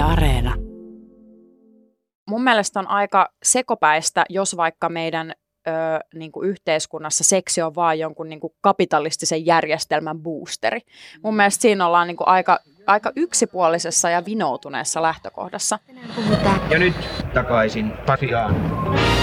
Areena. Mun mielestä on aika sekopäistä, jos vaikka meidän niin kuin yhteiskunnassa seksi on vaan jonkun niin kuin kapitalistisen järjestelmän boosteri. Mun mielestä siinä ollaan niin kuin aika yksipuolisessa ja vinoutuneessa lähtökohdassa. Ja nyt takaisin Pasiaan.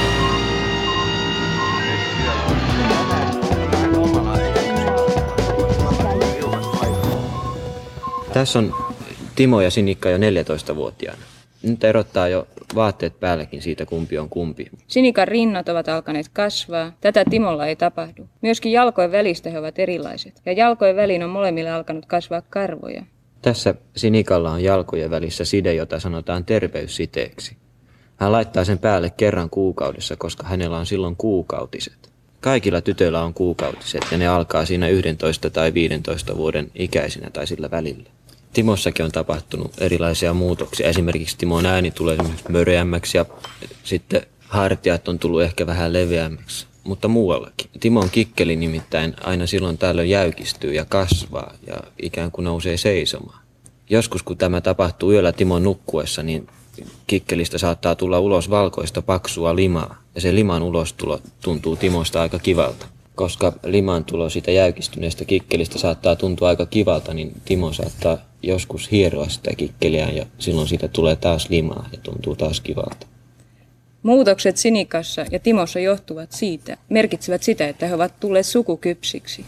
Tässä on Timo ja Sinikka jo 14-vuotiaana. Nyt erottaa jo vaatteet päälläkin siitä, kumpi on kumpi. Sinikan rinnat ovat alkaneet kasvaa. Tätä Timolla ei tapahdu. Myöskin jalkojen välistä he ovat erilaiset. Ja jalkojen väliin on molemmille alkanut kasvaa karvoja. Tässä Sinikalla on jalkojen välissä side, jota sanotaan terveyssiteeksi. Hän laittaa sen päälle kerran kuukaudessa, koska hänellä on silloin kuukautiset. Kaikilla tytöillä on kuukautiset ja ne alkaa siinä 11 tai 15 vuoden ikäisinä tai sillä välillä. Timossakin on tapahtunut erilaisia muutoksia. Esimerkiksi Timon ääni tulee möreämmäksi ja sitten hartiat on tullut ehkä vähän leveämmäksi, mutta muuallakin. Timon kikkeli nimittäin aina silloin tällöin jäykistyy ja kasvaa ja ikään kuin nousee seisomaan. Joskus kun tämä tapahtuu yöllä Timon nukkuessa, niin kikkelistä saattaa tulla ulos valkoista paksua limaa ja se liman ulostulo tuntuu Timosta aika kivalta. Koska liman tulo siitä jäykistyneestä kikkelistä saattaa tuntua aika kivalta, niin Timo saattaa joskus hieroa sitä kikkeliään ja silloin siitä tulee taas limaa ja tuntuu taas kivalta. Muutokset Sinikassa ja Timossa merkitsevät sitä, että he ovat tulleet sukukypsiksi.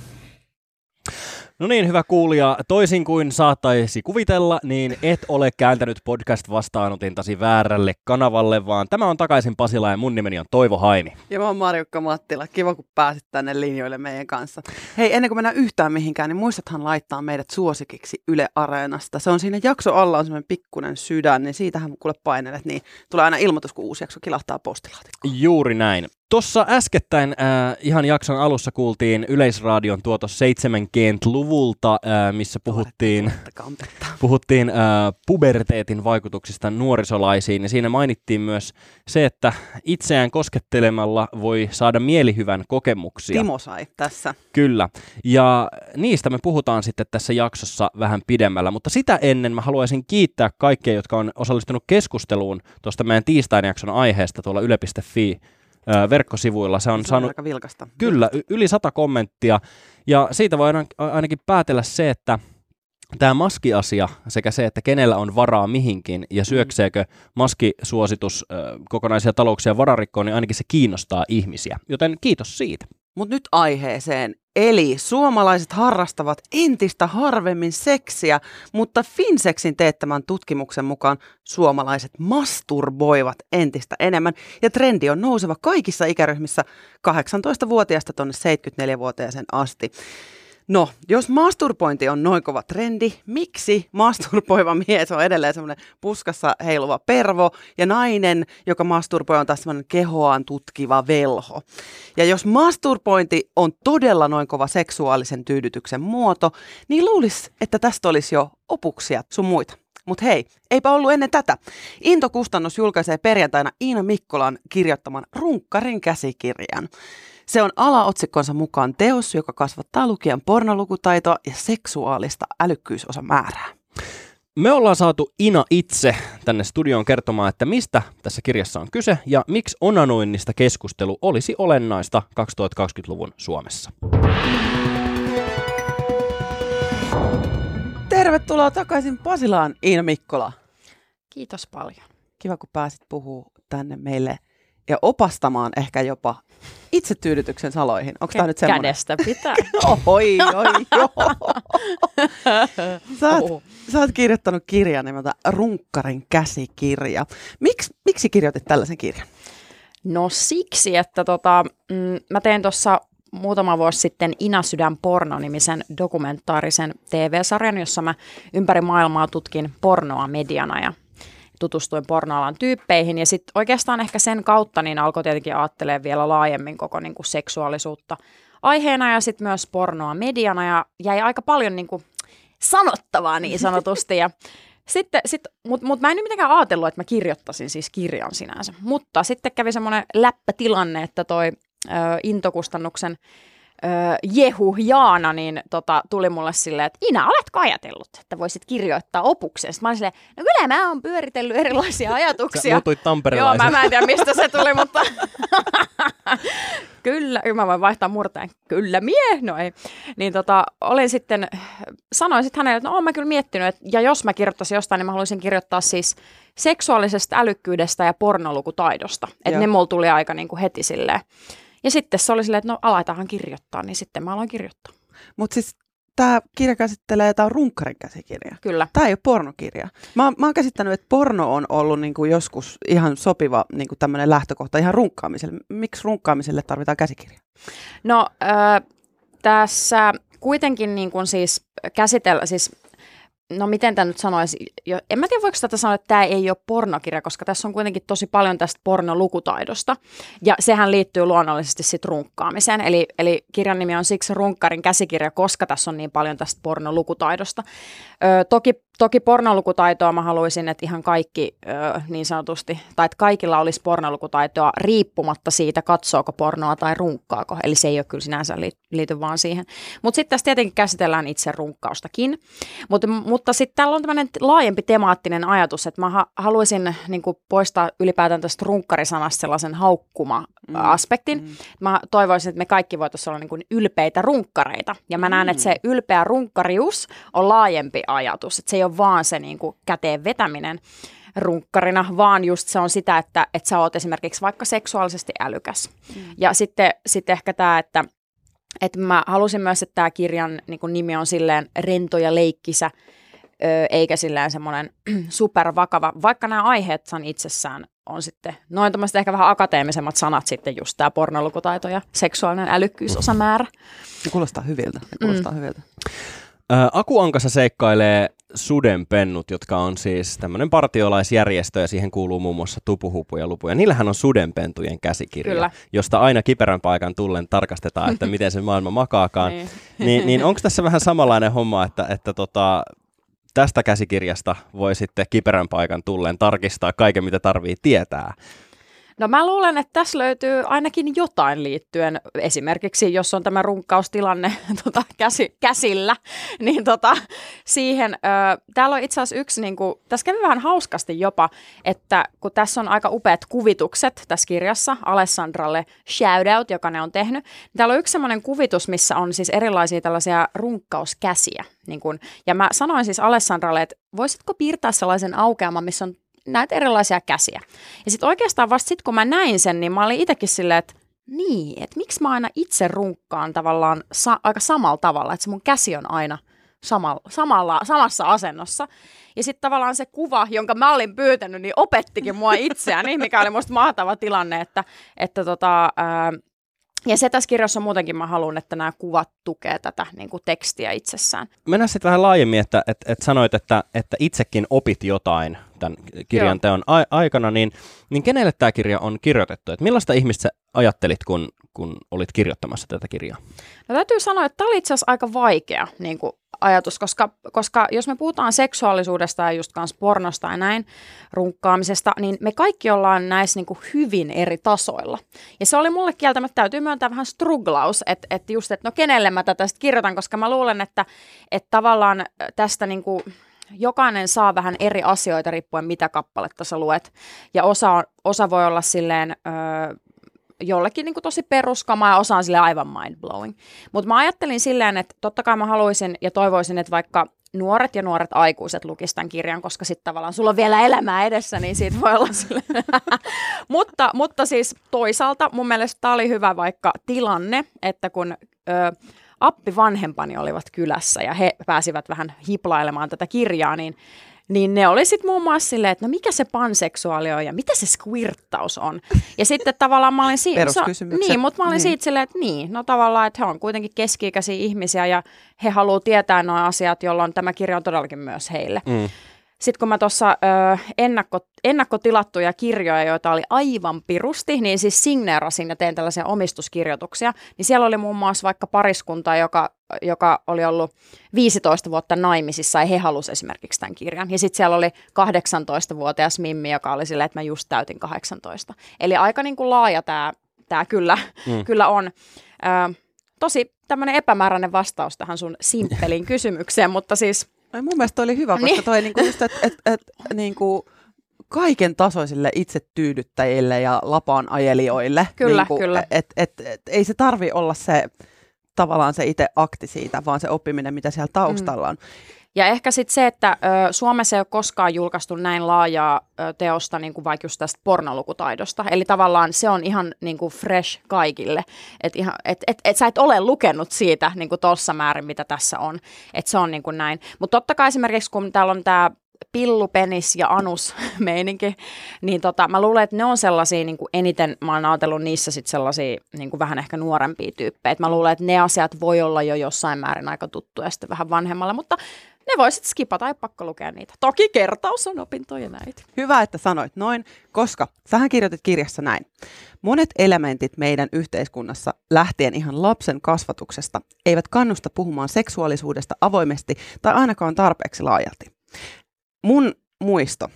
No niin, hyvä kuulija. Toisin kuin saattaisi kuvitella, niin et ole kääntänyt podcast-vastaanotintasi väärälle kanavalle, vaan tämä on Takaisin Pasilaan ja mun nimeni on Toivo Haimi. Ja mä oon Marjukka Mattila. Kiva, kun pääsit tänne linjoille meidän kanssa. Hei, ennen kuin mennään yhtään mihinkään, niin muistathan laittaa meidät suosikiksi Yle Areenasta. Se on siinä jakso alla on semmoinen pikkunen sydän, niin siitähän kuule painelet, niin tulee aina ilmoitus, kun uusi jakso kilahtaa postilaatikkoon. Juuri näin. Tuossa äskettäin ihan jakson alussa kuultiin Yleisradion tuotos 70-luvulta, missä puhuttiin puberteetin vaikutuksista nuorisolaisiin. Ja siinä mainittiin myös se, että itseään koskettelemalla voi saada mielihyvän kokemuksia. Timo sai tässä. Kyllä. Ja niistä me puhutaan sitten tässä jaksossa vähän pidemmällä. Mutta sitä ennen mä haluaisin kiittää kaikkia, jotka on osallistunut keskusteluun tuosta meidän tiistain jakson aiheesta tuolla yle.fi verkkosivuilla. Se on saanut aika vilkasta. Kyllä, yli 100 kommenttia. Ja siitä voi ainakin päätellä se, että tämä maskiasia sekä se, että kenellä on varaa mihinkin ja syökseekö maskisuositus kokonaisia talouksia vararikkoon, niin ainakin se kiinnostaa ihmisiä. Joten kiitos siitä. Mutta nyt aiheeseen. Eli suomalaiset harrastavat entistä harvemmin seksiä, mutta Finsexin teettämän tutkimuksen mukaan suomalaiset masturboivat entistä enemmän. Ja trendi on nouseva kaikissa ikäryhmissä 18-vuotiaasta tuonne 74-vuotiaaseen asti. No, jos masturbointi on noin kova trendi, miksi masturboiva mies on edelleen semmoinen puskassa heiluva pervo ja nainen, joka masturboi, on taas semmoinen kehoaan tutkiva velho? Ja jos masturbointi on todella noin kova seksuaalisen tyydytyksen muoto, niin luulisi, että tästä olisi jo opuksia sun muita. Mutta hei, eipä ollut ennen tätä. Into-kustannus julkaisee perjantaina Iina Mikkolan kirjoittaman Runkkarin käsikirjan. Se on alaotsikkonsa mukaan teos, joka kasvattaa lukijan pornolukutaitoa ja seksuaalista älykkyysosamäärää. Me ollaan saatu Ina itse tänne studioon kertomaan, että mistä tässä kirjassa on kyse ja miksi onanoinnista keskustelu olisi olennaista 2020-luvun Suomessa. Tervetuloa takaisin Pasilaan, Iina Mikkola. Kiitos paljon. Kiva, kun pääsit puhumaan tänne meille ja opastamaan ehkä jopa itsetyydytyksen saloihin. Onko tämä nyt semmoinen? Kädestä pitää. Oi. Sä oot kirjoittanut kirjan nimeltä Runkkarin käsikirja. Miksi kirjoitit tällaisen kirjan? No siksi, että mä tein tuossa muutama vuosi sitten Ina Sydän porno-nimisen dokumentaarisen TV-sarjan, jossa mä ympäri maailmaa tutkin pornoa mediana ja tutustuin pornoalan tyyppeihin. Ja sitten oikeastaan ehkä sen kautta niin alkoi tietenkin ajattelemaan vielä laajemmin koko niin kuin seksuaalisuutta aiheena ja sitten myös pornoa mediana. Ja jäi aika paljon niin kuin sanottavaa niin sanotusti. Ja Mutta mä en nyt mitenkään ajatellut, että mä kirjoittaisin siis kirjan sinänsä. Mutta sitten kävi semmoinen läppätilanne, että toi Into-kustannuksen Jehu Jaana niin tuli mulle silleen, että Ina, oletko ajatellut, että voisit kirjoittaa opuksen? Sitten mä olin silleen, no kyllä mä oon pyöritellyt erilaisia ajatuksia. Sä muutuit tamperelaisen. Joo, mä en tiedä mistä se tuli, mutta kyllä, mä voin vaihtaa murteen. Kyllä no ei. Niin olin sitten, sanoin sitten hänelle, että no oon mä kyllä miettinyt, että ja jos mä kirjoittaisin jostain, niin mä haluaisin kirjoittaa siis seksuaalisesta älykkyydestä ja pornolukutaidosta. Että ne mulla tuli aika niin kuin heti silleen. Ja sitten se oli silleen, että no aletaanhan kirjoittaa, niin sitten mä aloin kirjoittaa. Mutta siis tämä kirja käsittelee, tämä on runkkarin käsikirja. Kyllä. Tämä ei ole pornokirja. Mä oon käsittänyt, että porno on ollut niinku joskus ihan sopiva niinku tämmöinen lähtökohta ihan runkkaamiselle. Miksi runkkaamiselle tarvitaan käsikirja? No tässä kuitenkin niin kuin siis käsitellä, siis no miten tämä nyt sanoisi, en mä tiedä voiko tätä sanoa, että tämä ei ole pornokirja, koska tässä on kuitenkin tosi paljon tästä pornolukutaidosta, ja sehän liittyy luonnollisesti sitten runkkaamiseen, eli kirjan nimi on siksi Runkkarin käsikirja, koska tässä on niin paljon tästä pornolukutaidosta. Toki pornolukutaitoa mä haluaisin, että ihan kaikki niin sanotusti, tai että kaikilla olisi pornolukutaitoa riippumatta siitä, katsoako pornoa tai runkkaako. Eli se ei ole kyllä sinänsä liity vaan siihen. Mutta sitten tässä tietenkin käsitellään itse runkkaustakin. Mutta sitten täällä on tämmöinen laajempi temaattinen ajatus, että mä haluaisin niin kuin poistaa ylipäätään tästä runkkarisanasta sellaisen haukkuma-aspektin. Mä toivoisin, että me kaikki voitaisiin olla niin kuin ylpeitä runkkareita. Ja mä näen, että se ylpeä runkkarius on laajempi ajatus. Että se ei ole vaan se niin kuin käteen vetäminen runkkarina, vaan just se on sitä, että sä oot esimerkiksi vaikka seksuaalisesti älykäs. Ja sitten ehkä tämä, että mä halusin myös, että tämä kirjan niin kuin nimi on silleen rento ja leikkisä, eikä silleen semmoinen supervakava, vaikka nämä aiheet itsessään on sitten noin tämmöiset ehkä vähän akateemisemmat sanat sitten just tämä pornolukutaito ja seksuaalinen älykkyysosamäärä. Ne kuulostaa hyviltä. Aku Ankassa seikkailee sudenpennut, jotka on siis tämmöinen partiolaisjärjestö ja siihen kuuluu muun muassa Tupuhupu ja Lupu. Ja niillähän on sudenpentujen käsikirja, Kyllä. josta aina kiperän paikan tullen tarkastetaan, että miten se maailma makaakaan. niin onko tässä vähän samanlainen homma, että tästä käsikirjasta voi sitten kiperän paikan tullen tarkistaa kaiken, mitä tarvii tietää? No mä luulen, että tässä löytyy ainakin jotain liittyen, esimerkiksi jos on tämä runkkaustilanne käsillä, niin siihen, täällä on itse asiassa yksi, niin kuin, tässä kävi vähän hauskasti jopa, että kun tässä on aika upeat kuvitukset tässä kirjassa, Alessandralle shoutout, joka ne on tehnyt, niin täällä on yksi semmoinen kuvitus, missä on siis erilaisia tällaisia runkkauskäsiä, niin kuin, ja mä sanoin siis Alessandralle, että voisitko piirtää sellaisen aukeaman, missä on näitä erilaisia käsiä. Ja sitten oikeastaan vasta sitten, kun mä näin sen, niin mä olin itsekin silleen, että miksi mä aina itse runkkaan tavallaan aika samalla tavalla, että se mun käsi on aina samassa asennossa. Ja sitten tavallaan se kuva, jonka mä olin pyytänyt, niin opettikin mua itseäni, mikä oli musta mahtava tilanne, ja se tässä kirjassa muutenkin mä haluan, että nämä kuvat tukee tätä niin kuin tekstiä itsessään. Mennään sitten vähän laajemmin, että sanoit, että itsekin opit jotain tämän kirjan teon aikana, niin kenelle tämä kirja on kirjoitettu? Että millaista ihmistä sä ajattelit, kun olit kirjoittamassa tätä kirjaa? No täytyy sanoa, että tämä oli itse asiassa aika vaikea niin kuin ajatus, koska jos me puhutaan seksuaalisuudesta ja just kanssa pornosta ja näin, runkkaamisesta, niin me kaikki ollaan näissä niin kuin hyvin eri tasoilla. Ja se oli mulle kieltämättä, täytyy myöntää vähän struglaus, että just, että no kenelle mä tätä kirjoitan, koska mä luulen, että tavallaan tästä niin kuin jokainen saa vähän eri asioita riippuen mitä kappaletta sä luet. Ja osa voi olla silleen jollekin niin kuin tosi peruskamaa ja osa on silleen aivan mind-blowing. Mutta mä ajattelin silleen, että totta kai mä haluaisin ja toivoisin, että vaikka nuoret aikuiset lukisivat tämän kirjan, koska sitten tavallaan sulla on vielä elämää edessä, niin siitä voi olla silleen. mutta siis toisaalta mun mielestä tämä oli hyvä vaikka tilanne, että kun appivanhempani olivat kylässä ja he pääsivät vähän hiplailemaan tätä kirjaa, niin ne oli sitten muun muassa silleen, että no mikä se panseksuaali on ja mitä se squirttaus on. Ja sitten tavallaan mä olin mutta mä olin siitä silleen, että no tavallaan, että he on kuitenkin keski-ikäisiä ihmisiä ja he haluaa tietää nuo asiat, jolloin tämä kirja on todellakin myös heille. Sitten kun mä tuossa ennakkotilattuja kirjoja, joita oli aivan pirusti, niin siis signeerasin ja tein tällaisia omistuskirjoituksia, niin siellä oli muun muassa vaikka pariskunta, joka oli ollut 15 vuotta naimisissa ja he halusivat esimerkiksi tämän kirjan. Ja sitten siellä oli 18-vuotias Mimmi, joka oli silleen, että mä just täytin 18. Eli aika niin kuin laaja tämä kyllä on. tosi tämmöinen epämääräinen vastaus tähän sun simppeliin kysymykseen, mutta siis... Mun mielestä toi oli hyvä, koska toi niinku just, että niinku kaiken tasoisille itsetyydyttäjille ja lapaan ajelijoille. Kyllä, niinku, kyllä. Ei se tarvi olla se tavallaan se itse akti siitä, vaan se oppiminen, mitä siellä taustalla on. Ja ehkä sitten se, että Suomessa ei ole koskaan julkaistu näin laajaa teosta niin kuin vaikka just tästä pornolukutaidosta. Eli tavallaan se on ihan niin kuin fresh kaikille. Että et sä et ole lukenut siitä niin kuin tuossa määrin, mitä tässä on. Että se on niin kuin näin. Mutta totta kai esimerkiksi, kun täällä on tämä pillu, penis ja anus meininki, niin mä luulen, että ne on sellaisia, niin kuin eniten mä oon ajatellut niissä sit sellaisia niin kuin vähän ehkä nuorempia tyyppejä. Et mä luulen, että ne asiat voi olla jo jossain määrin aika tuttuja sitten vähän vanhemmalle, mutta ne voisit skipata, ei pakko lukea niitä. Toki kertaus on opintojen äiti. Hyvä, että sanoit noin, koska sähän kirjoitit kirjassa näin. Monet elementit meidän yhteiskunnassa lähtien ihan lapsen kasvatuksesta eivät kannusta puhumaan seksuaalisuudesta avoimesti tai ainakaan tarpeeksi laajalti. Mun muisto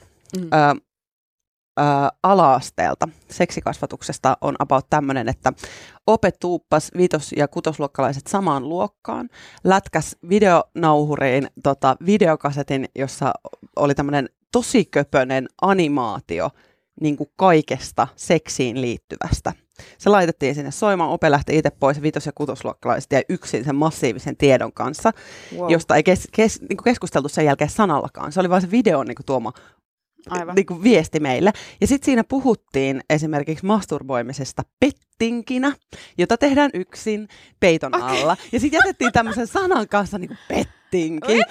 ala-asteelta seksikasvatuksesta on about tämmöinen, että ope tuuppas vitos- ja kutosluokkalaiset samaan luokkaan, lätkäs videonauhuriin videokasetin, jossa oli tämmöinen tosi köpönen animaatio niin kuin kaikesta seksiin liittyvästä. Se laitettiin sinne soimaan, ope lähti itse pois vitos- ja kutosluokkalaiset ja yksin sen massiivisen tiedon kanssa, josta ei niin kuin keskusteltu sen jälkeen sanallakaan. Se oli vain se videon niin kuin tuoma niin kuin viesti meille. Ja sitten siinä puhuttiin esimerkiksi masturboimisesta pettinkinä, jota tehdään yksin peiton alla. Ja sitten jätettiin tämmöisen sanan kanssa niin kuin pettinki.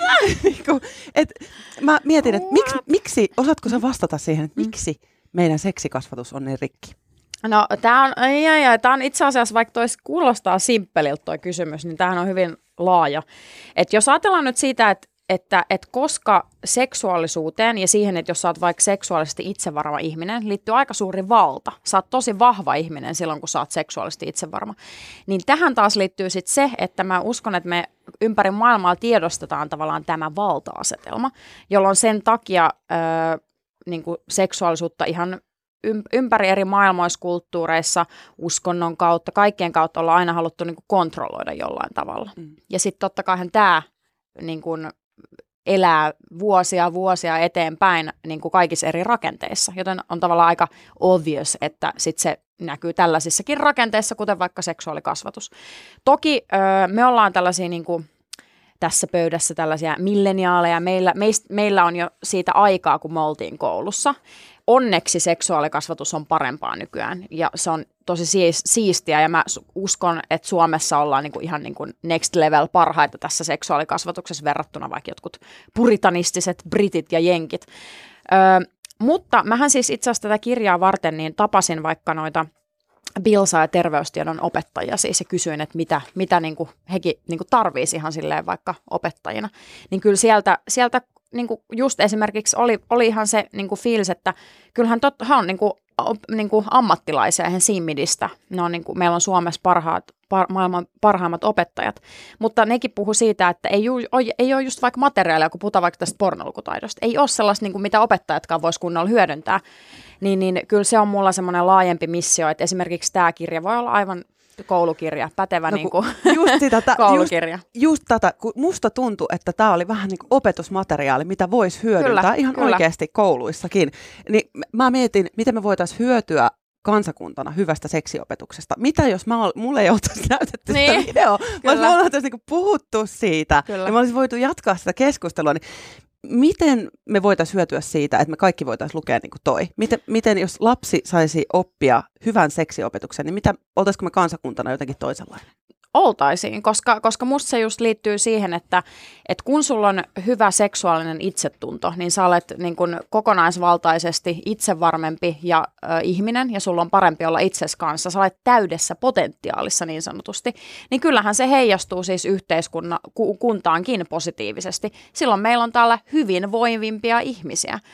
Mä mietin, että miksi, osaatko sä vastata siihen, että miksi meidän seksikasvatus on niin rikki? No tää on itse asiassa, vaikka toi kuulostaa simppeliltä toi kysymys, niin tämähän on hyvin laaja. Et jos ajatellaan nyt siitä, että koska seksuaalisuuteen ja siihen, että jos sä oot vaikka seksuaalisesti itsevarma ihminen, liittyy aika suuri valta. Sä oot tosi vahva ihminen silloin, kun sä oot seksuaalisesti itsevarma. Niin tähän taas liittyy sitten se, että mä uskon, että me ympäri maailmaa tiedostetaan tavallaan tämä valta-asetelma, jolloin sen takia niin kuin seksuaalisuutta ihan ympäri eri maailmaiskulttuureissa, uskonnon kautta, kaikkien kautta ollaan aina haluttu niin kuin kontrolloida jollain tavalla. Ja sitten totta kaihan tämä niin kuin elää vuosia eteenpäin niin kuin kaikissa eri rakenteissa, joten on tavallaan aika obvious, että sit se näkyy tällaisissakin rakenteissa, kuten vaikka seksuaalikasvatus. Toki me ollaan tällaisia niin kuin tässä pöydässä tällaisia milleniaaleja, meillä on jo siitä aikaa, kun me oltiin koulussa. Onneksi seksuaalikasvatus on parempaa nykyään ja se on tosi siistiä ja mä uskon, että Suomessa ollaan niinku ihan niinku next level parhaita tässä seksuaalikasvatuksessa verrattuna vaikka jotkut puritanistiset britit ja jenkit. Mutta mähän siis itse asiassa tätä kirjaa varten niin tapasin vaikka noita Bilsa- ja terveystiedon opettajia siis ja kysyin, että mitä niinku hekin niinku tarvitsisi ihan silleen vaikka opettajina. Niin kyllä sieltä niinku just esimerkiksi oli ihan se niinku fiilis, että kyllähän he on niinku ammattilaisia ihan simmidistä. Ne on niinku, meillä on Suomessa maailman parhaimmat opettajat, mutta nekin puhu siitä, että ei ole just vaikka materiaalia, kun puhutaan vaikka tästä pornolukutaidosta. Ei ole sellaista, niinku, mitä opettajatkaan voisi kunnolla hyödyntää. Niin kyllä se on mulla semmoinen laajempi missio, että esimerkiksi tämä kirja voi olla aivan koulukirja, pätevä koulukirja. Just tätä, kun musta tuntuu, että tämä oli vähän niin kuin opetusmateriaali, mitä voisi hyödyntää ihan oikeasti kouluissakin. Niin mä mietin, miten me voitaisiin hyötyä kansakuntana hyvästä seksiopetuksesta. Mitä jos mulle ei oltaisi näytetty sitä videoa, vaan me oltaisiin niin puhuttu siitä ja me olisi voitu jatkaa sitä keskustelua, niin miten me voitaisiin hyötyä siitä, että me kaikki voitaisiin lukea niin kuin toi? Miten jos lapsi saisi oppia hyvän seksiopetuksen, niin oltaisiko me kansakuntana jotenkin toisenlainen? Oltaisiin, koska musta se just liittyy siihen, että kun sulla on hyvä seksuaalinen itsetunto, niin sä olet niin kun kokonaisvaltaisesti itsevarmempi ihminen ja sulla on parempi olla itses kanssa, sä olet täydessä potentiaalissa niin sanotusti, niin kyllähän se heijastuu siis yhteiskuntaankin positiivisesti. Silloin meillä on täällä hyvinvoivimpia ihmisiä.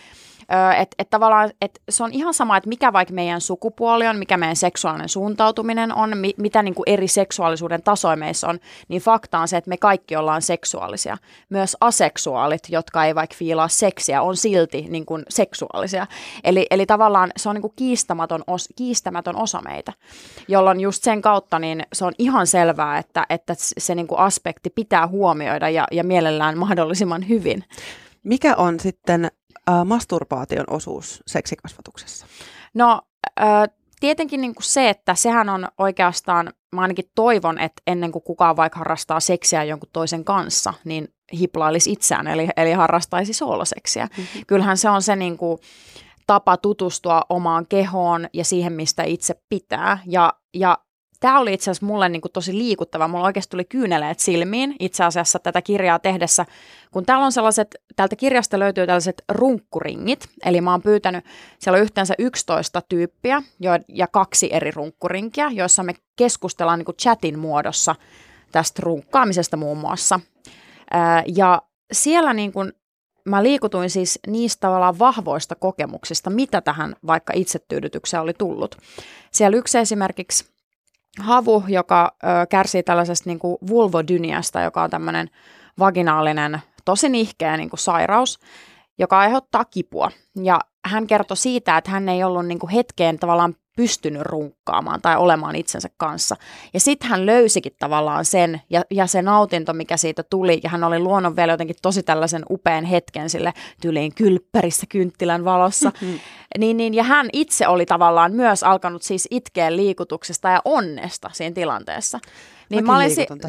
Että tavallaan että se on ihan sama, että mikä vaikka meidän sukupuoli on, mikä meidän seksuaalinen suuntautuminen on, mitä niin kuin eri seksuaalisuuden tasoja meissä on, niin fakta on se, että me kaikki ollaan seksuaalisia. Myös aseksuaalit, jotka ei vaikka fiilaa seksiä, on silti niin kuin seksuaalisia. Eli tavallaan se on niin kuin kiistämätön osa meitä, jolloin just sen kautta niin se on ihan selvää, että se niin kuin aspekti pitää huomioida ja mielellään mahdollisimman hyvin. Mikä on sitten masturbaation osuus seksikasvatuksessa? No tietenkin niin kuin se, että sehän on oikeastaan, mä ainakin toivon, että ennen kuin kukaan vaikka harrastaa seksiä jonkun toisen kanssa, niin hiplailisi itseään, eli harrastaisi sooloseksiä. Mm-hmm. Kyllähän se on se niin kuin tapa tutustua omaan kehoon ja siihen, mistä itse pitää. Ja tämä oli itse asiassa mulle niin kuin tosi liikuttava. Mulla oikeasti tuli kyyneleet silmiin itse asiassa tätä kirjaa tehdessä, kun täällä on täältä kirjasta löytyy tällaiset runkkuringit, eli mä oon pyytänyt, siellä on yhteensä 11 tyyppiä ja 2 eri runkkurinkia, joissa me keskustellaan niin kuin chatin muodossa tästä runkkaamisesta muun muassa. Ja siellä niin kuin mä liikutuin siis niistä tavallaan vahvoista kokemuksista, mitä tähän vaikka itsetyydytykseen oli tullut. Siellä yksi esimerkiksi Havu, joka kärsii tällaisesta niin kuin vulvodyniasta, joka on tämmöinen vaginaalinen, tosi nihkeä niin kuin sairaus, joka aiheuttaa kipua. Ja hän kertoi siitä, että hän ei ollut niin kuin hetkeen tavallaan pystynyt runkkaamaan tai olemaan itsensä kanssa. Ja sitten hän löysikin tavallaan sen ja se nautinto, mikä siitä tuli. Ja hän oli luonut vielä jotenkin tosi tällaisen upean hetken sille tyyliin kylppärissä kynttilän valossa. Ja hän itse oli tavallaan myös alkanut siis itkeä liikutuksesta ja onnesta siinä tilanteessa. Niin mä olin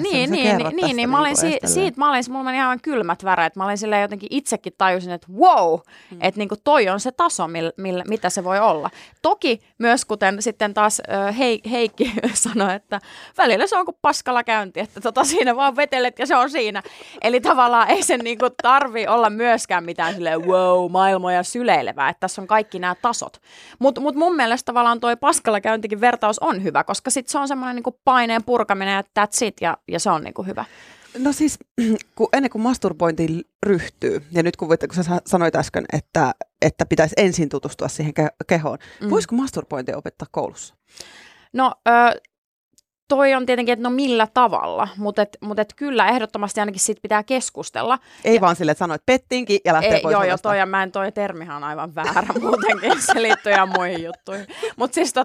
mulla meni aivan kylmät väreet. Mä olin silleen jotenkin itsekin tajusin, että wow, että niinku toi on se taso, mitä se voi olla. Toki myös kuten sitten taas Heikki sanoi, että välillä se on kuin paskalla käynti, että siinä vaan vetelet ja se on siinä. Eli tavallaan ei sen niinku tarvi olla myöskään mitään silleen wow, maailmoja syleilevää, että tässä on kaikki nämä tasot. Mut mun mielestä tavallaan toi paskalla käyntikin vertaus on hyvä, koska sit se on semmoinen niinku paineen purkaminen ja that's it, ja se on niinku hyvä. No siis, ennen kuin masturbointiin ryhtyy, ja nyt kun sä sanoit äsken, että pitäisi ensin tutustua siihen kehoon, voisiko masturbointia opettaa koulussa? No, toi on tietenkin, että no millä tavalla, mutta kyllä ehdottomasti ainakin siitä pitää keskustella. Ei vaan silleen, että sanoit pettiinkin ja lähtee pois. Joo, toi termihan on aivan väärä muutenkin, se liittyy ihan muihin juttuihin. Mutta siis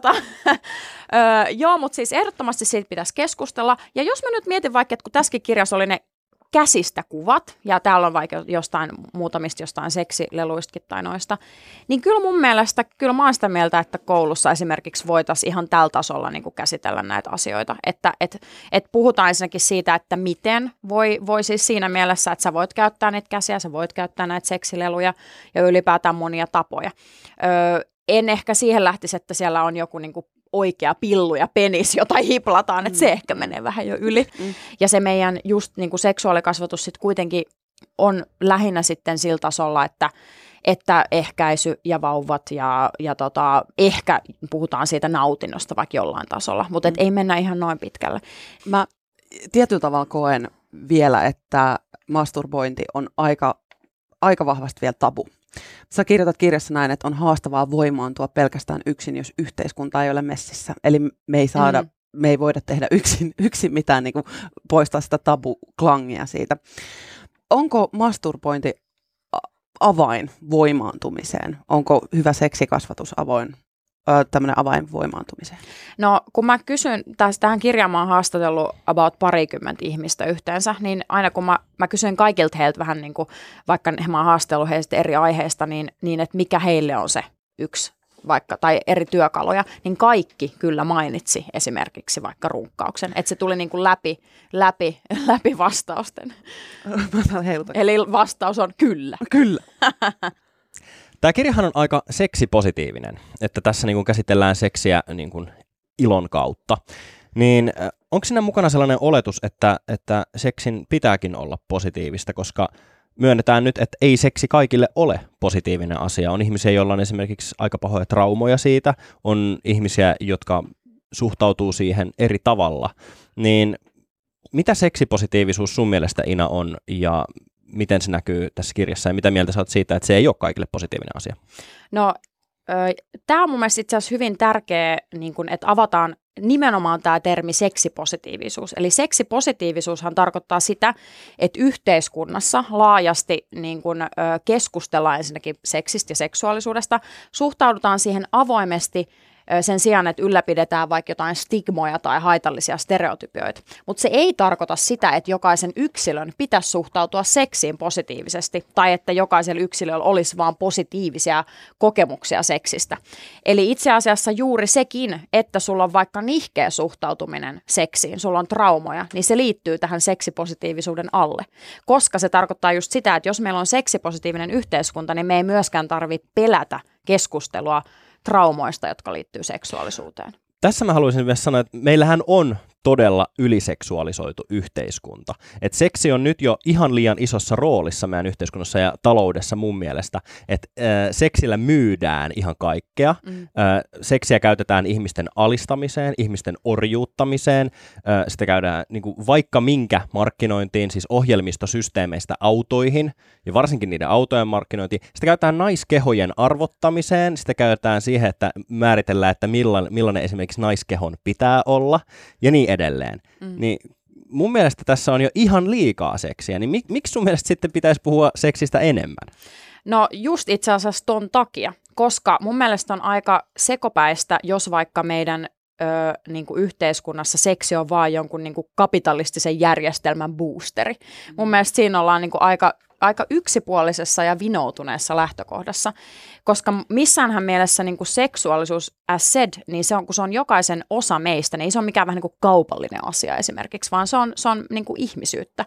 siis ehdottomasti siitä pitäisi keskustella. Ja jos mä nyt mietin vaikka, että kun tässäkin kirjassa oli ne käsistä kuvat, ja täällä on vaikka muutamista jostain seksileluistakin tai noista, niin kyllä mun mielestä, kyllä mä oon sitä mieltä, että koulussa esimerkiksi voitaisiin ihan tällä tasolla niin kuin käsitellä näitä asioita, että puhutaan ensinnäkin siitä, että miten voi siis siinä mielessä, että sä voit käyttää niitä käsiä, sä voit käyttää näitä seksileluja ja ylipäätään monia tapoja. En ehkä siihen lähtisi, että siellä on joku niin kuin oikea pillu ja penis, jota hiplataan, että se ehkä menee vähän jo yli. Ja se meidän just niin kuin seksuaalikasvatus sitten kuitenkin on lähinnä sitten sillä tasolla, että ehkäisy ja vauvat ja ehkä puhutaan siitä nautinnosta vaikka jollain tasolla, mutta ei mennä ihan noin pitkälle. Mä tietyllä tavalla koen vielä, että masturbointi on aika vahvasti vielä tabu. Sä kirjoitat kirjassa näin, että on haastavaa voimaantua pelkästään yksin, jos yhteiskunta ei ole messissä. Eli me ei voida tehdä yksin mitään, niin kuin poistaa sitä tabuklangia siitä. Onko masturbointi avain voimaantumiseen? Onko hyvä seksikasvatus tämmöinen avain voimaantumiseen? No kun mä kysyn, tähän kirjaan mä oon haastatellut about 20 ihmistä yhteensä, niin aina kun mä kysyn kaikilta heiltä vähän niin kuin, vaikka mä oon haastellut heistä eri aiheista, niin että mikä heille on se yksi vaikka, tai eri työkaluja, niin kaikki kyllä mainitsi esimerkiksi vaikka runkkauksen. Että se tuli niin kuin läpi vastausten. Eli vastaus on kyllä. Kyllä. Tämä kirjahan on aika seksipositiivinen, että tässä niin kuin käsitellään seksiä niin kuin ilon kautta. Niin onko siinä mukana sellainen oletus, että seksin pitääkin olla positiivista, koska myönnetään nyt, että ei seksi kaikille ole positiivinen asia. On ihmisiä, joilla on esimerkiksi aika pahoja traumoja siitä, on ihmisiä, jotka suhtautuu siihen eri tavalla. Niin mitä seksipositiivisuus sun mielestä, Ina, on ja miten se näkyy tässä kirjassa ja mitä mieltä sä oot siitä, että se ei ole kaikille positiivinen asia? No, tämä on mun mielestä itse asiassa hyvin tärkeä, niin kun, että avataan nimenomaan tämä termi seksipositiivisuus. Eli seksipositiivisuushan tarkoittaa sitä, että yhteiskunnassa laajasti niin kun, keskustellaan ensinnäkin seksistä ja seksuaalisuudesta, suhtaudutaan siihen avoimesti sen sijaan, että ylläpidetään vaikka jotain stigmoja tai haitallisia stereotypioita. Mutta se ei tarkoita sitä, että jokaisen yksilön pitäisi suhtautua seksiin positiivisesti tai että jokaisella yksilöllä olisi vaan positiivisia kokemuksia seksistä. Eli itse asiassa juuri sekin, että sulla on vaikka nihkeä suhtautuminen seksiin, sulla on traumoja, niin se liittyy tähän seksipositiivisuuden alle. Koska se tarkoittaa just sitä, että jos meillä on seksipositiivinen yhteiskunta, niin me ei myöskään tarvitse pelätä keskustelua traumoista, jotka liittyy seksuaalisuuteen. Tässä mä haluaisin myös sanoa, että meillähän on todella yliseksuaalisoitu yhteiskunta. Et seksi on nyt jo ihan liian isossa roolissa meidän yhteiskunnassa ja taloudessa mun mielestä, että seksillä myydään ihan kaikkea. Seksiä käytetään ihmisten alistamiseen, ihmisten orjuuttamiseen, sitä käydään niin kuin vaikka minkä markkinointiin, siis ohjelmistosysteemeistä autoihin ja varsinkin niiden autojen markkinointiin. Sitä käytetään naiskehojen arvottamiseen, sitä käytetään siihen, että määritellään, että millainen esimerkiksi naiskehon pitää olla ja niin edelleen. Niin mun mielestä tässä on jo ihan liikaa seksiä, niin miksi sun mielestä sitten pitäisi puhua seksistä enemmän? No just itse asiassa ton takia, koska mun mielestä on aika sekopäistä, jos vaikka meidän niin kuin yhteiskunnassa seksi on vaan jonkun niin kuin kapitalistisen järjestelmän boosteri. Mun mielestä siinä ollaan niin kuin aika yksipuolisessa ja vinoutuneessa lähtökohdassa, koska missäänhän mielessä niin kuin seksuaalisuus as said, niin se on, kun se on jokaisen osa meistä, niin ei se ole mikään vähän niin kuin kaupallinen asia esimerkiksi, vaan se on niin kuin ihmisyyttä.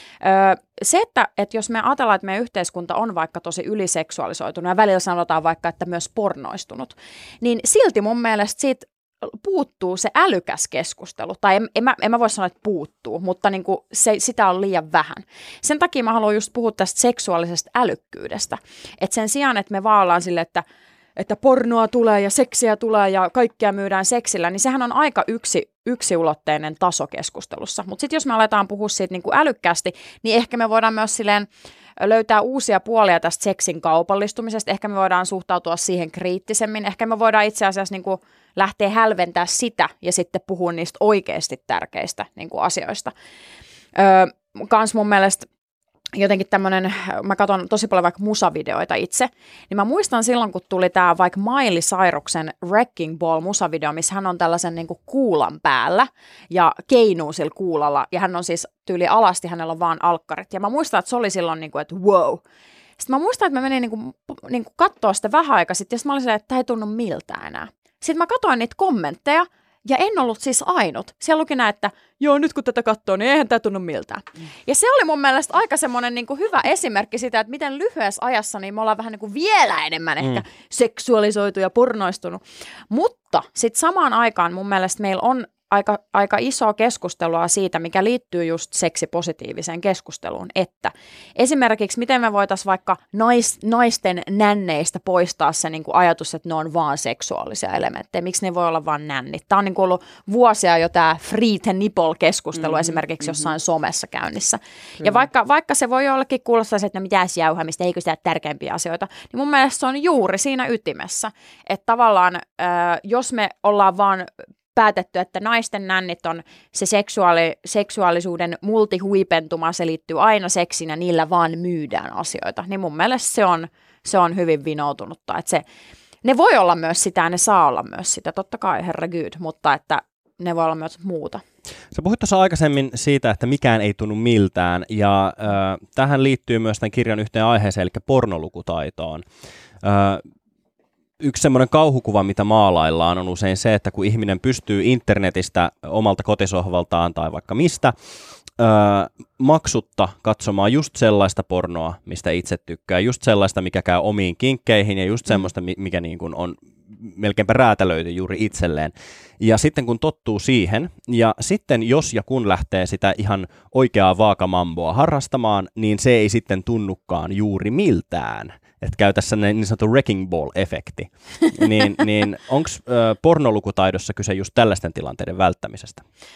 Se, että jos me ajatellaan, että meidän yhteiskunta on vaikka tosi yliseksuaalisoitunut ja välillä sanotaan vaikka, että myös pornoistunut, niin silti mun mielestä siitä puuttuu se älykäs keskustelu, tai en mä voi sanoa, että puuttuu, mutta niin kuin sitä on liian vähän. Sen takia mä haluan just puhua tästä seksuaalisesta älykkyydestä, että sen sijaan, että me vaan ollaan sille, että pornoa tulee ja seksiä tulee ja kaikkea myydään seksillä, niin sehän on aika yksiulotteinen taso keskustelussa. Mutta sitten jos me aletaan puhua siitä niin kuin älykkäästi, niin ehkä me voidaan myös silleen löytää uusia puolia tästä seksin kaupallistumisesta. Ehkä me voidaan suhtautua siihen kriittisemmin. Ehkä me voidaan itse asiassa niin kuin lähteä hälventää sitä ja sitten puhua niistä oikeasti tärkeistä niin kuin asioista. Kans mun mielestä jotenkin tämmöinen, mä katson tosi paljon vaikka musavideoita itse, niin mä muistan silloin, kun tuli tää vaikka Miley Cyruksen Wrecking Ball musavideo, missä hän on tällaisen niinku kuulan päällä ja keinuu sillä kuulalla, ja hän on siis tyyli alasti, hänellä on vaan alkkarit, ja mä muistan, että se oli silloin niinku, että wow. Sitten mä muistan, että mä menin niinku kattoo sitä vähän aikaa sitten, ja sitten mä olin silleen, että tää ei tunnu miltään enää. Sitten mä katsoin niitä kommentteja, ja en ollut siis ainut. Siellä luki näin, että joo, nyt kun tätä katsoo, niin eihän tämä tunnu miltään. Ja se oli mun mielestä aika semmoinen niin kuin hyvä esimerkki sitä, että miten lyhyessä ajassa niin me ollaan vähän niin kuin vielä enemmän ehkä seksuaalisoitu ja pornoistunut. Mutta sitten samaan aikaan mun mielestä meillä on aika isoa keskustelua siitä, mikä liittyy just seksipositiiviseen keskusteluun, että esimerkiksi miten me voitaisiin vaikka naisten nänneistä poistaa se niin kuin ajatus, että ne on vaan seksuaalisia elementtejä, miksi ne voi olla vaan nännit. Tämä on niin kuin ollut vuosia jo tämä free the nipple-keskustelu esimerkiksi jossain somessa käynnissä. Kyllä. Ja vaikka se voi jollekin kuulostaa, että no mitäs jauhamista, eikö sitä tärkeimpiä asioita, niin mun mielestä se on juuri siinä ytimessä, että tavallaan jos me ollaan vaan päätetty, että naisten nännit on se seksuaalisuuden multihuipentuma, se liittyy aina seksiin ja niillä vaan myydään asioita, niin mun mielestä se on hyvin vinoutunutta. Että ne voi olla myös sitä ja ne saa olla myös sitä, totta kai herregud, mutta että ne voi olla myös muuta. Sä puhuit tuossa aikaisemmin siitä, että mikään ei tunnu miltään, ja tähän liittyy myös tämän kirjan yhteen aiheeseen, eli pornolukutaitoon. Yksi semmoinen kauhukuva, mitä maalaillaan, on usein se, että kun ihminen pystyy internetistä omalta kotisohvaltaan tai vaikka mistä maksutta katsomaan just sellaista pornoa, mistä itse tykkää, just sellaista, mikä käy omiin kinkkeihin ja just semmoista, mikä niin kuin on melkeinpä räätälöity juuri itselleen. Ja sitten kun tottuu siihen, ja sitten jos ja kun lähtee sitä ihan oikeaa vaakamamboa harrastamaan, niin se ei sitten tunnukaan juuri miltään. Että käy tässä niin sanottu wrecking ball-efekti. niin onko pornolukutaidossa kyse just tällaisten tilanteiden välttämisestä?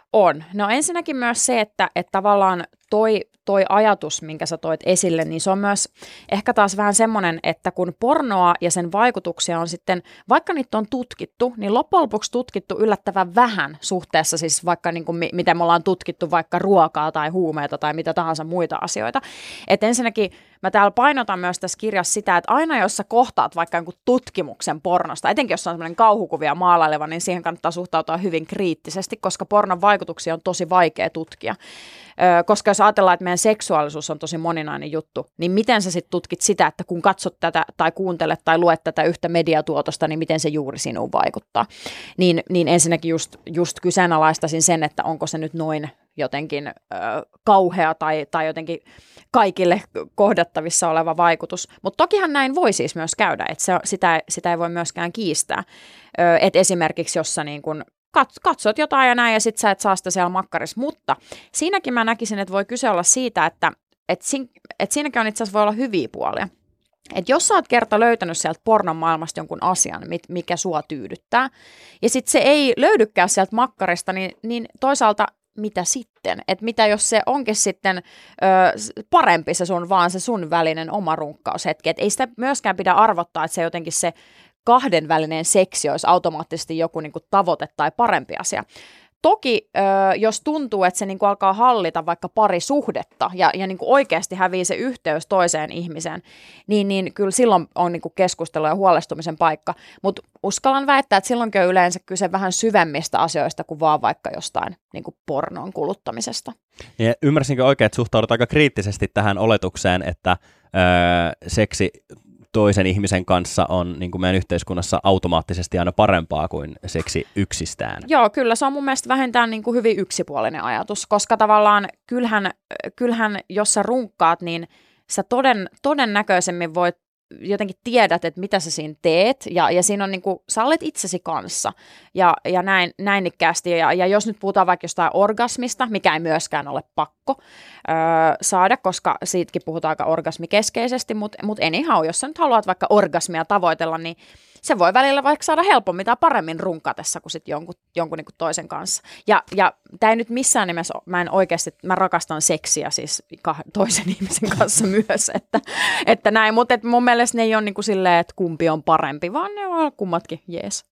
On. No ensinnäkin myös se, että tavallaan toi ajatus, minkä sä toit esille, niin se on myös ehkä taas vähän semmoinen, että kun pornoa ja sen vaikutuksia on sitten, vaikka niitä on tutkittu, niin loppujen lopuksi tutkittu yllättävän vähän suhteessa siis vaikka niin kuin miten me ollaan tutkittu vaikka ruokaa tai huumeita tai mitä tahansa muita asioita. Että ensinnäkin mä täällä painotan myös tässä kirjassa sitä, että aina jos sä kohtaat vaikka jonkun tutkimuksen pornosta, etenkin jos on sellainen kauhukuvia maalaileva, niin siihen kannattaa suhtautua hyvin kriittisesti, koska pornon vaikutuksia on tosi vaikea tutkia. Koska jos ajatellaan, että meidän seksuaalisuus on tosi moninainen juttu, niin miten sä sitten tutkit sitä, että kun katsot tätä tai kuuntelet tai luet tätä yhtä mediatuotosta, niin miten se juuri sinuun vaikuttaa. Niin ensinnäkin just kyseenalaistaisin sen, että onko se nyt noin jotenkin kauhea tai jotenkin kaikille kohdattavissa oleva vaikutus. Mutta tokihan näin voi siis myös käydä, että sitä ei voi myöskään kiistää. Että esimerkiksi jos sä niin kun katsot jotain ja näin, ja sit sä et saa sitä siellä makkarissa. Mutta siinäkin mä näkisin, että voi kyse olla siitä, että siinäkin on itse asiassa voi olla hyviä puolia. Että jos sä oot kerta löytänyt sieltä pornon maailmasta jonkun asian, mikä sua tyydyttää, ja sitten se ei löydykään sieltä makkarista, niin toisaalta mitä sitten? Että mitä jos se onkin sitten parempi se sun välinen oma runkkaushetki. Että ei sitä myöskään pidä arvottaa, että se jotenkin se kahdenvälinen seksi olisi automaattisesti joku niin kuin tavoite tai parempi asia. Toki, jos tuntuu, että se niin kuin alkaa hallita vaikka parisuhdetta ja niin kuin oikeasti hävii se yhteys toiseen ihmiseen, niin kyllä silloin on niin kuin keskustelu ja huolestumisen paikka. Mutta uskallan väittää, että silloinkin on yleensä kyse vähän syvemmistä asioista kuin vaan vaikka jostain niin kuin pornon kuluttamisesta. Ja ymmärsinkö oikein, että suhtaudut aika kriittisesti tähän oletukseen, että seksi toisen ihmisen kanssa on niin kuin meidän yhteiskunnassa automaattisesti aina parempaa kuin seksi yksistään? Joo, kyllä se on mun mielestä vähintään niin kuin hyvin yksipuolinen ajatus, koska tavallaan kyllähän jos sä runkkaat, niin sä todennäköisemmin voit jotenkin tiedät, että mitä sä siinä teet, ja siinä on niin kuin, sä olet itsesi kanssa, ja näin ikkäästi, ja jos nyt puhutaan vaikka jostain orgasmista, mikä ei myöskään ole pakko saada, koska siitäkin puhutaan aika orgasmikeskeisesti, mutta anyhow, jos sä nyt haluat vaikka orgasmia tavoitella, niin se voi välillä vaikka saada helpommin tai paremmin runkatessa kuin sitten jonkun niin kuin toisen kanssa. Ja tämä ei nyt missään nimessä, mä rakastan seksiä siis toisen ihmisen kanssa myös, että näin, mutta mun mielestä ne ei ole niin kuin silleen, että kumpi on parempi, vaan ne on kummatkin jees.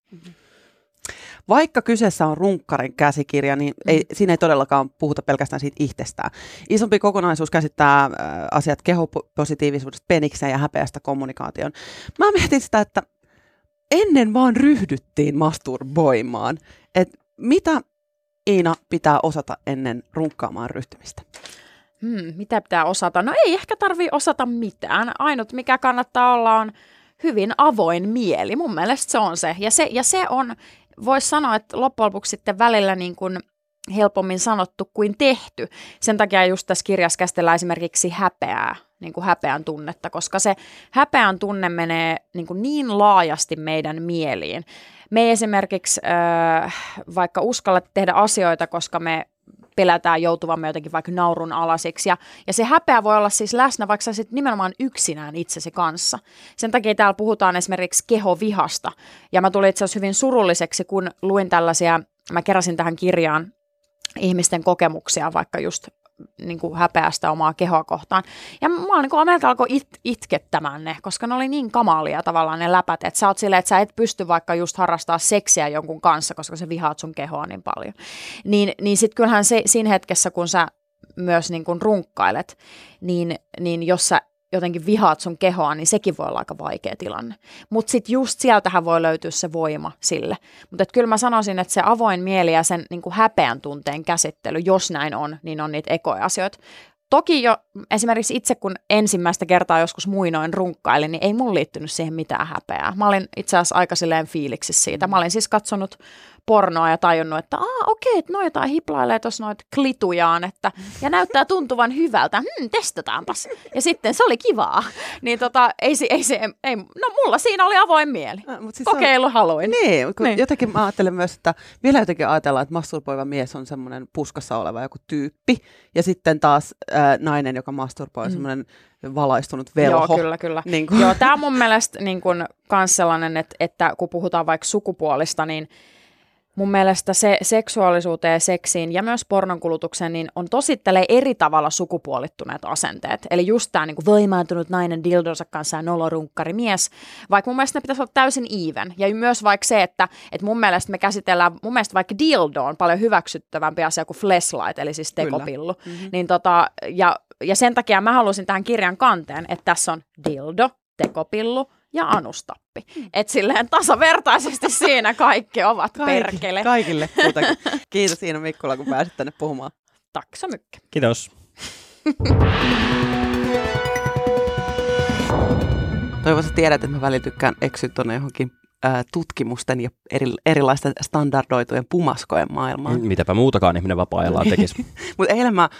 Vaikka kyseessä on runkkarin käsikirja, niin siinä ei todellakaan puhuta pelkästään siitä itsestään. Isompi kokonaisuus käsittää asiat kehopositiivisuudesta, penikseen ja häpeästä kommunikaation. Mä mietin sitä, että ennen vaan ryhdyttiin masturboimaan. Et mitä Iina pitää osata ennen runkkaamaan ryhtymistä? Mitä pitää osata? No ei ehkä tarvitse osata mitään. Ainut mikä kannattaa olla on hyvin avoin mieli. Mun mielestä se on se. Ja se on, voisi sanoa, että loppujen lopuksi sitten välillä niin kuin helpommin sanottu kuin tehty. Sen takia just tässä kirjassa käsitellään esimerkiksi häpeää, niin kuin häpeän tunnetta, koska se häpeän tunne menee niin laajasti meidän mieliin. Me ei esimerkiksi vaikka uskalla tehdä asioita, koska me pelätään joutuvamme jotenkin vaikka naurun alasiksi. Ja se häpeä voi olla siis läsnä, vaikka sä sit nimenomaan yksinään itsesi kanssa. Sen takia täällä puhutaan esimerkiksi kehovihasta. Ja mä tulin itse asiassa hyvin surulliseksi, kun luin tällaisia, mä keräsin tähän kirjaan ihmisten kokemuksia vaikka just niin kuin häpeästä omaa kehoa kohtaan. Ja mä niin melkein alkoi itkettämään ne, koska ne oli niin kamalia tavallaan ne läpät, että sä oot silleen, että sä et pysty vaikka just harrastaa seksiä jonkun kanssa, koska sä vihaat sun kehoa niin paljon. Niin sit kyllähän siinä hetkessä, kun sä myös niin kuin runkkailet, niin jos sä jotenkin vihaat sun kehoa, niin sekin voi olla aika vaikea tilanne. Mutta sitten just sieltähän voi löytyä se voima sille. Mutta kyllä mä sanoisin, että se avoin mieli ja sen niin kuin häpeän tunteen käsittely, jos näin on, niin on niitä ekoja asioita. Toki jo esimerkiksi itse, kun ensimmäistä kertaa joskus muinoin runkkailin, niin ei mun liittynyt siihen mitään häpeää. Mä olin itse asiassa aika silleen fiiliksissä siitä. Mä olin siis katsonut pornoa ja tajunnut, että okei, että noita hiplailee tuossa noita klitujaan, ja näyttää tuntuvan hyvältä. Testataanpas. Ja sitten se oli kivaa. Niin no mulla siinä oli avoin mieli. Kokeilu haluin. Niin. Jotenkin mä ajattelen myös, että vielä jotenkin ajatellaan, että masturboiva mies on semmoinen puskassa oleva joku tyyppi, ja sitten taas nainen, joka masturboi, on semmoinen valaistunut velho. Joo, kyllä. Niin kuin. Joo, tämä on mun mielestä niin kuin kans sellainen, että kun puhutaan vaikka sukupuolista, niin mun mielestä se seksuaalisuuteen ja seksiin ja myös pornonkulutukseen niin on tosi eri tavalla sukupuolittuneet asenteet. Eli just tämä niin voimaantunut nainen dildonsa kanssa ja nolorunkkari mies, vaikka mun mielestä ne pitäisi olla täysin even. Ja myös vaikka se, että mun mielestä me käsitellään, mun mielestä vaikka dildo on paljon hyväksyttävämpi asia kuin fleshlight, eli siis tekopillu. Niin ja sen takia mä halusin tähän kirjan kanteen, että tässä on dildo, tekopillu ja anustappi. Että silleen tasavertaisesti siinä kaikki ovat perkele. Kaikille. Kiitos Iina Mikkula, kun pääsit tänne puhumaan. Taksamykkä. Kiitos. Toivottavasti tiedät, että mä välillä tykkään eksyä tuonne johonkin tutkimusten ja erilaisten standardoitujen pumaskojen maailmaan. Mitäpä muutakaan ihminen vapaa-ajallaan tekisi. Mutta eilen mä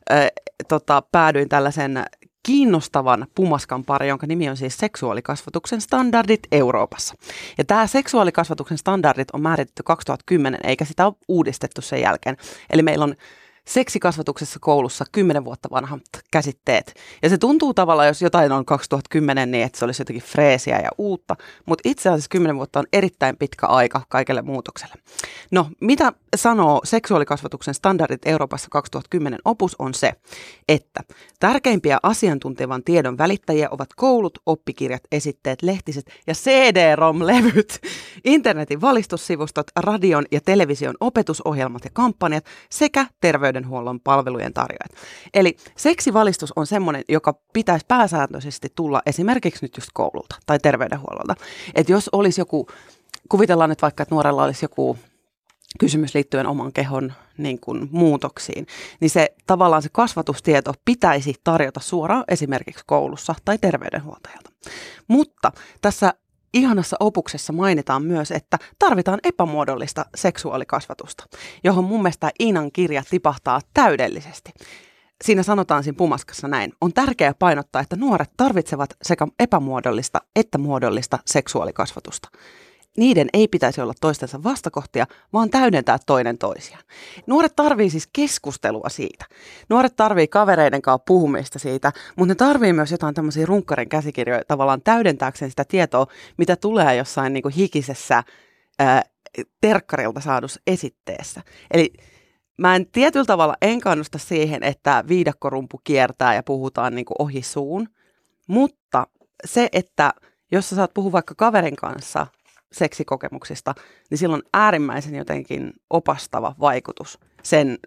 päädyin tällaisen kiinnostavan pumaskan pari, jonka nimi on siis seksuaalikasvatuksen standardit Euroopassa. Ja tämä seksuaalikasvatuksen standardit on määritetty 2010, eikä sitä ole uudistettu sen jälkeen. Eli meillä on seksikasvatuksessa koulussa 10 vuotta vanhat käsitteet. Ja se tuntuu tavallaan, jos jotain on 2010, niin että se olisi jotenkin freesiä ja uutta. Mutta itse asiassa 10 vuotta on erittäin pitkä aika kaikelle muutokselle. No, mitä sanoo seksuaalikasvatuksen standardit Euroopassa 2010 opus on se, että tärkeimpiä asiantuntevan tiedon välittäjiä ovat koulut, oppikirjat, esitteet, lehtiset ja CD-ROM-levyt, internetin valistussivustot, radion ja television opetusohjelmat ja kampanjat sekä terveydenhuollon palvelujen tarjoajat. Eli seksivalistus on semmoinen, joka pitäisi pääsääntöisesti tulla esimerkiksi nyt just koululta tai terveydenhuollolta. Että jos olisi joku, kuvitellaan nyt vaikka, että nuorella olisi joku kysymys liittyen oman kehon niin kuin muutoksiin, niin se tavallaan se kasvatustieto pitäisi tarjota suoraan esimerkiksi koulussa tai terveydenhuoltajalta. Mutta tässä ihanassa opuksessa mainitaan myös, että tarvitaan epämuodollista seksuaalikasvatusta, johon mun mielestä Iinan kirja tipahtaa täydellisesti. Siinä sanotaan siinä pumaskassa näin. On tärkeää painottaa, että nuoret tarvitsevat sekä epämuodollista että muodollista seksuaalikasvatusta. Niiden ei pitäisi olla toistensa vastakohtia, vaan täydentää toinen toisiaan. Nuoret tarvii siis keskustelua siitä. Nuoret tarvii kavereiden kanssa puhumista siitä, mutta ne tarvii myös jotain tämmöisiä runkkarin käsikirjoja tavallaan täydentääkseen sitä tietoa, mitä tulee jossain niin kuin hikisessä terkkarilta saadussa esitteessä. Eli mä en tietyllä tavalla en kannusta siihen, että viidakkorumpu kiertää ja puhutaan niin kuin ohi suun, mutta se, että jos sä saat puhua vaikka kaverin kanssa seksikokemuksista, niin sillä on äärimmäisen jotenkin opastava vaikutus sen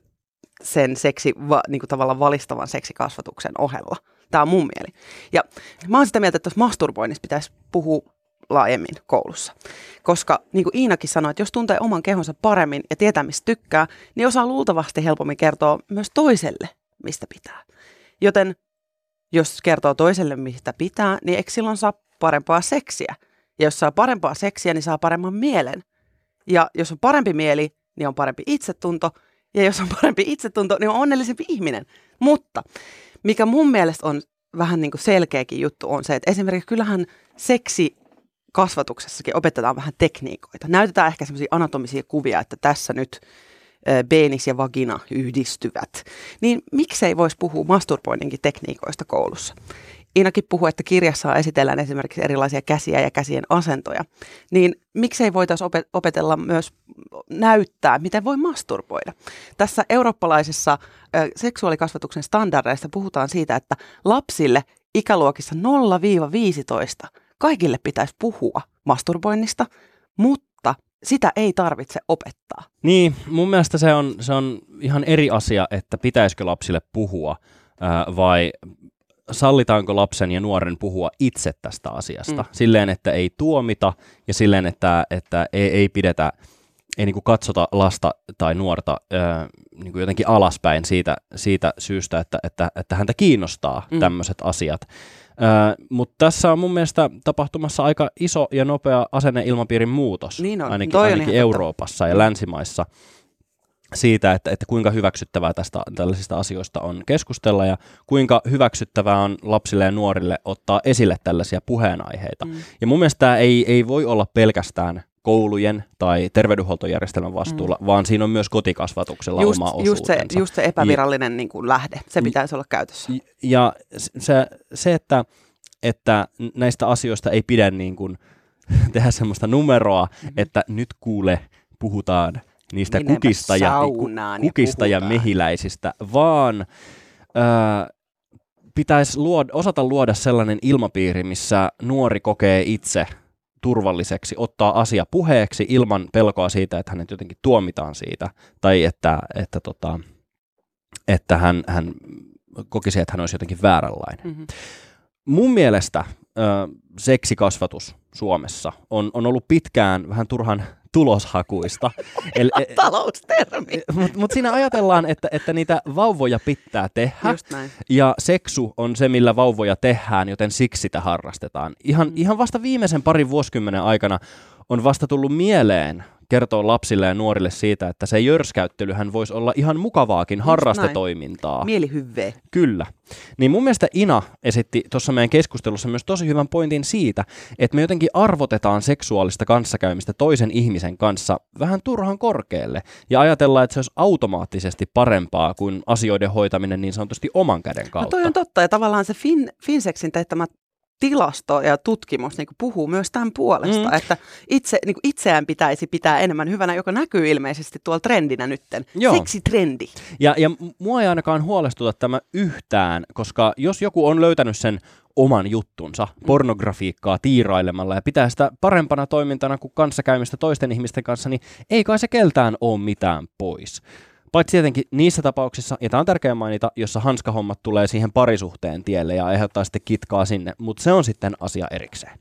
niin kuin tavallaan valistavan seksikasvatuksen ohella. Tämä on mun mieli. Ja mä oon sitä mieltä, että tuossa masturboinnissa pitäisi puhua laajemmin koulussa. Koska niin kuin Iinakin sanoi, että jos tuntee oman kehonsa paremmin ja tietää, mistä tykkää, niin osaa luultavasti helpommin kertoa myös toiselle, mistä pitää. Joten jos kertoo toiselle, mistä pitää, niin eikö silloin saa parempaa seksiä? Ja jos saa parempaa seksiä, niin saa paremman mielen. Ja jos on parempi mieli, niin on parempi itsetunto. Ja jos on parempi itsetunto, niin on onnellisempi ihminen. Mutta mikä mun mielestä on vähän niin kuin selkeäkin juttu on se, että esimerkiksi kyllähän seksikasvatuksessakin opetetaan vähän tekniikoita. Näytetään ehkä semmoisia anatomisia kuvia, että tässä nyt penis ja vagina yhdistyvät. Niin miksei voisi puhua masturboinninkin tekniikoista koulussa? Iinakin puhuu, että kirjassa esitellään esimerkiksi erilaisia käsiä ja käsien asentoja. Niin miksei voitaisiin opetella myös näyttää, miten voi masturboida? Tässä eurooppalaisessa seksuaalikasvatuksen standardeissa puhutaan siitä, että lapsille ikäluokissa 0-15 kaikille pitäisi puhua masturboinnista, mutta sitä ei tarvitse opettaa. Niin, mun mielestä se on ihan eri asia, että pitäisikö lapsille puhua vai sallitaanko lapsen ja nuoren puhua itse tästä asiasta. Silleen, että ei tuomita ja silleen, että ei pidetä, ei niin kuin katsota lasta tai nuorta niin kuin jotenkin alaspäin siitä syystä, että häntä kiinnostaa tämmöiset asiat. Mutta tässä on mun mielestä tapahtumassa aika iso ja nopea asenneilmapiirin muutos, niin on. ainakin Euroopassa ja länsimaissa, siitä, että kuinka hyväksyttävää tällaisista asioista on keskustella ja kuinka hyväksyttävää on lapsille ja nuorille ottaa esille tällaisia puheenaiheita. Ja mun mielestä tämä ei voi olla pelkästään koulujen tai terveydenhuoltojärjestelmän vastuulla, vaan siinä on myös kotikasvatuksella oma osuutensa. Just se epävirallinen niin kuin lähde, se pitäisi olla käytössä. Ja se että näistä asioista ei pidä niin kuin tehdä semmoista numeroa, että nyt kuule puhutaan niistä Menevät kukista ja mehiläisistä, vaan pitäisi osata luoda sellainen ilmapiiri, missä nuori kokee itse turvalliseksi, ottaa asia puheeksi ilman pelkoa siitä, että hänet jotenkin tuomitaan siitä, tai että hän kokisi, että hän olisi jotenkin vääränlainen. Mm-hmm. Mun mielestä seksikasvatus Suomessa on ollut pitkään vähän turhan tuloshakuista. Taloustermi. Mutta siinä ajatellaan, että niitä vauvoja pitää tehdä, ja seksu on se, millä vauvoja tehdään, joten siksi sitä harrastetaan. Ihan vasta viimeisen parin vuosikymmenen aikana on vasta tullut mieleen kertoo lapsille ja nuorille siitä, että se jörskäyttelyhän voisi olla ihan mukavaakin harrastetoimintaa. Mielihyvää. Kyllä. Niin mun mielestä Ina esitti tuossa meidän keskustelussa myös tosi hyvän pointin siitä, että me jotenkin arvotetaan seksuaalista kanssakäymistä toisen ihmisen kanssa vähän turhan korkealle ja ajatellaan, että se olisi automaattisesti parempaa kuin asioiden hoitaminen niin sanotusti oman käden kautta. No toi on totta ja tavallaan se Finseksin teettämä tilasto ja tutkimus niin puhuu myös tämän puolesta, että itseään pitäisi pitää enemmän hyvänä, joka näkyy ilmeisesti tuolla trendinä nytten. Seksitrendi. Ja mua ei ainakaan huolestuta tämä yhtään, koska jos joku on löytänyt sen oman juttunsa pornografiikkaa tiirailemalla ja pitää sitä parempana toimintana kuin kanssakäymistä toisten ihmisten kanssa, niin ei kai se keltään ole mitään pois. Paitsi tietenkin niissä tapauksissa, ja tämä on tärkeää mainita, jossa hanskahommat tulee siihen parisuhteen tielle ja aiheuttaa sitten kitkaa sinne, mutta se on sitten asia erikseen.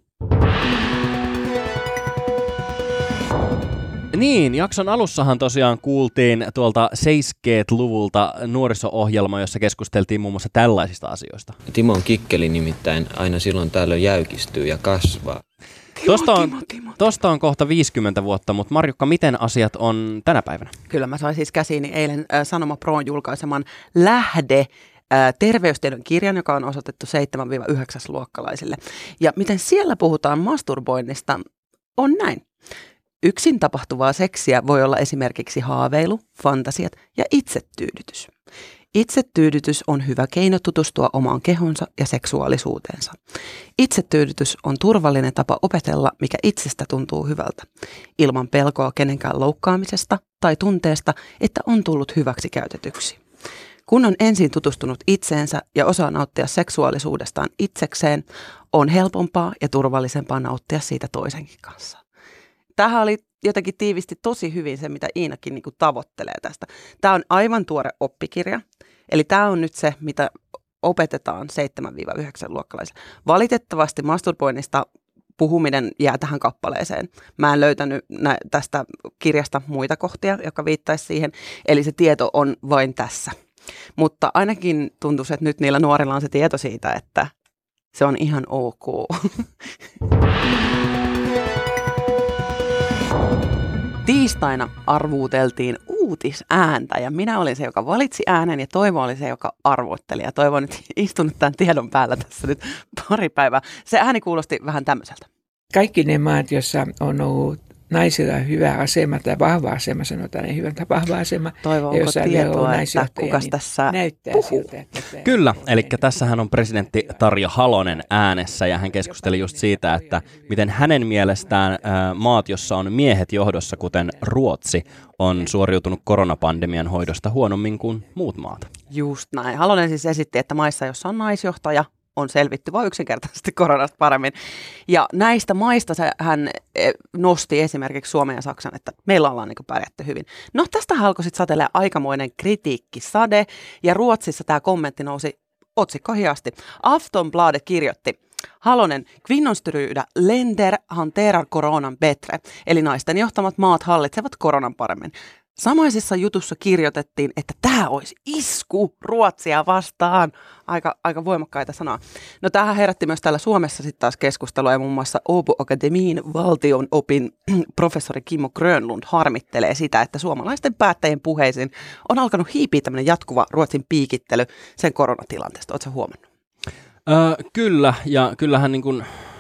Niin, jakson alussahan tosiaan kuultiin tuolta 70-luvulta nuoriso-ohjelma, jossa keskusteltiin muun muassa tällaisista asioista. Timon kikkeli nimittäin aina silloin tällöin jäykistyy ja kasvaa. Tosta on kohta 50 vuotta, mutta Marjukka, miten asiat on tänä päivänä? Kyllä, mä sain siis käsiini eilen Sanoma Proon julkaiseman Lähde terveystiedon kirjan, joka on osoitettu 7-9-luokkalaisille. Ja miten siellä puhutaan masturboinnista, on näin. Yksin tapahtuvaa seksiä voi olla esimerkiksi haaveilu, fantasiat ja itsetyydytys. Itsetyydytys on hyvä keino tutustua omaan kehonsa ja seksuaalisuuteensa. Itsetyydytys on turvallinen tapa opetella, mikä itsestä tuntuu hyvältä, ilman pelkoa kenenkään loukkaamisesta tai tunteesta, että on tullut hyväksi käytetyksi. Kun on ensin tutustunut itseensä ja osaa nauttia seksuaalisuudestaan itsekseen, on helpompaa ja turvallisempaa nauttia siitä toisenkin kanssa. Tämähän oli jotenkin tiivisti tosi hyvin se, mitä Iinakin niin kuin tavoittelee tästä. Tämä on aivan tuore oppikirja, eli tämä on nyt se, mitä opetetaan 7-9-luokkalaisille. Valitettavasti masturboinnista puhuminen jää tähän kappaleeseen. Mä en löytänyt tästä kirjasta muita kohtia, jotka viittaisi siihen, eli se tieto on vain tässä. Mutta ainakin tuntuisi, että nyt niillä nuorilla on se tieto siitä, että se on ihan ok. Tiistaina arvuuteltiin uutisääntä ja minä olin se, joka valitsi äänen ja Toivo oli se, joka arvoitteli. Ja Toivo on nyt istunut tämän tiedon päällä tässä nyt pari päivää. Se ääni kuulosti vähän tämmöiseltä. Kaikki ne maat, joissa on ollut naisilla hyvä asema tai vahva asema, sanotaan ne hyvän tai vahva asema. Toivo, onko tietoa, että kukas niin tässä puhuu? Kyllä, eli tässähän on presidentti Tarja Halonen äänessä ja hän keskusteli just siitä, että miten hänen mielestään maat, jossa on miehet johdossa, kuten Ruotsi, on suoriutunut koronapandemian hoidosta huonommin kuin muut maat. Just näin. Halonen siis esitti, että maissa, jossa on naisjohtaja, on selvitty vain yksinkertaisesti koronasta paremmin. Ja näistä maista hän nosti esimerkiksi Suomen ja Saksan, että meillä ollaan niin pärjätty hyvin. No tästä alkoi sitten satella aikamoinen kritiikkisade, ja Ruotsissa tämä kommentti nousi otsikkohiasti. Aftonbladet kirjoitti, Halonen, kvinnonstyrydä länder hanterar koronan bättre, eli naisten johtamat maat hallitsevat koronan paremmin. Samaisessa jutussa kirjoitettiin, että tämä olisi isku Ruotsia vastaan. Aika voimakkaita sanoa. No tämähän herätti myös täällä Suomessa sitten taas keskustelua ja muun muassa Åbo Akademin valtion opin professori Kimmo Grönlund harmittelee sitä, että suomalaisten päättäjien puheisiin on alkanut hiipiä tämmöinen jatkuva Ruotsin piikittely sen koronatilanteesta. Oletko huomannut? Kyllä, ja kyllähän niin kuin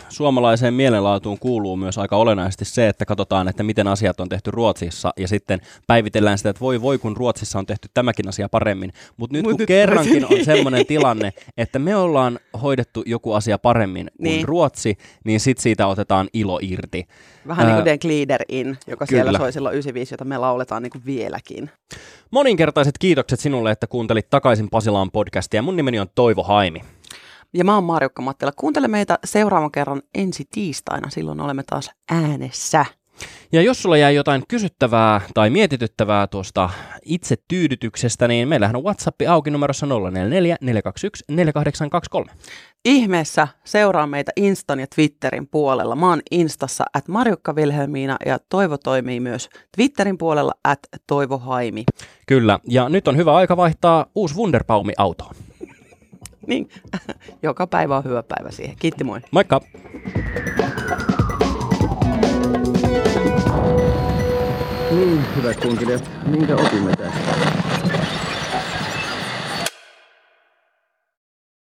suomalaiseen mielenlaatuun kuuluu myös aika olennaisesti se, että katsotaan, että miten asiat on tehty Ruotsissa ja sitten päivitellään sitä, että voi kun Ruotsissa on tehty tämäkin asia paremmin. Mutta nyt kun kerrankin on semmoinen tilanne, että me ollaan hoidettu joku asia paremmin kuin Ruotsi, niin sitten siitä otetaan ilo irti. Vähän niin kuin Den Glider In, joka siellä soi silloin 95, jota me lauletaan niin kuin vieläkin. Moninkertaiset kiitokset sinulle, että kuuntelit Takaisin Pasilaan podcastia. Mun nimeni on Toivo Haimi. Ja mä oon Marjukka Mattila. Kuuntele meitä seuraavan kerran ensi tiistaina. Silloin olemme taas äänessä. Ja jos sulla jäi jotain kysyttävää tai mietityttävää tuosta itsetyydytyksestä, niin meillähän on WhatsApp auki numerossa 044 421 4823. Ihmeessä seuraa meitä Instan ja Twitterin puolella. Mä oon Instassa @Marjukka Vilhelmiina ja Toivo toimii myös Twitterin puolella @Toivo Haimi. Kyllä, ja nyt on hyvä aika vaihtaa uusi Wunderbaumi autoon. Niin, joka päivä on hyvä päivä siihen. Kiitti, moi. Moikka! Niin, hyvät kuuntelijat, minkä opimme tästä?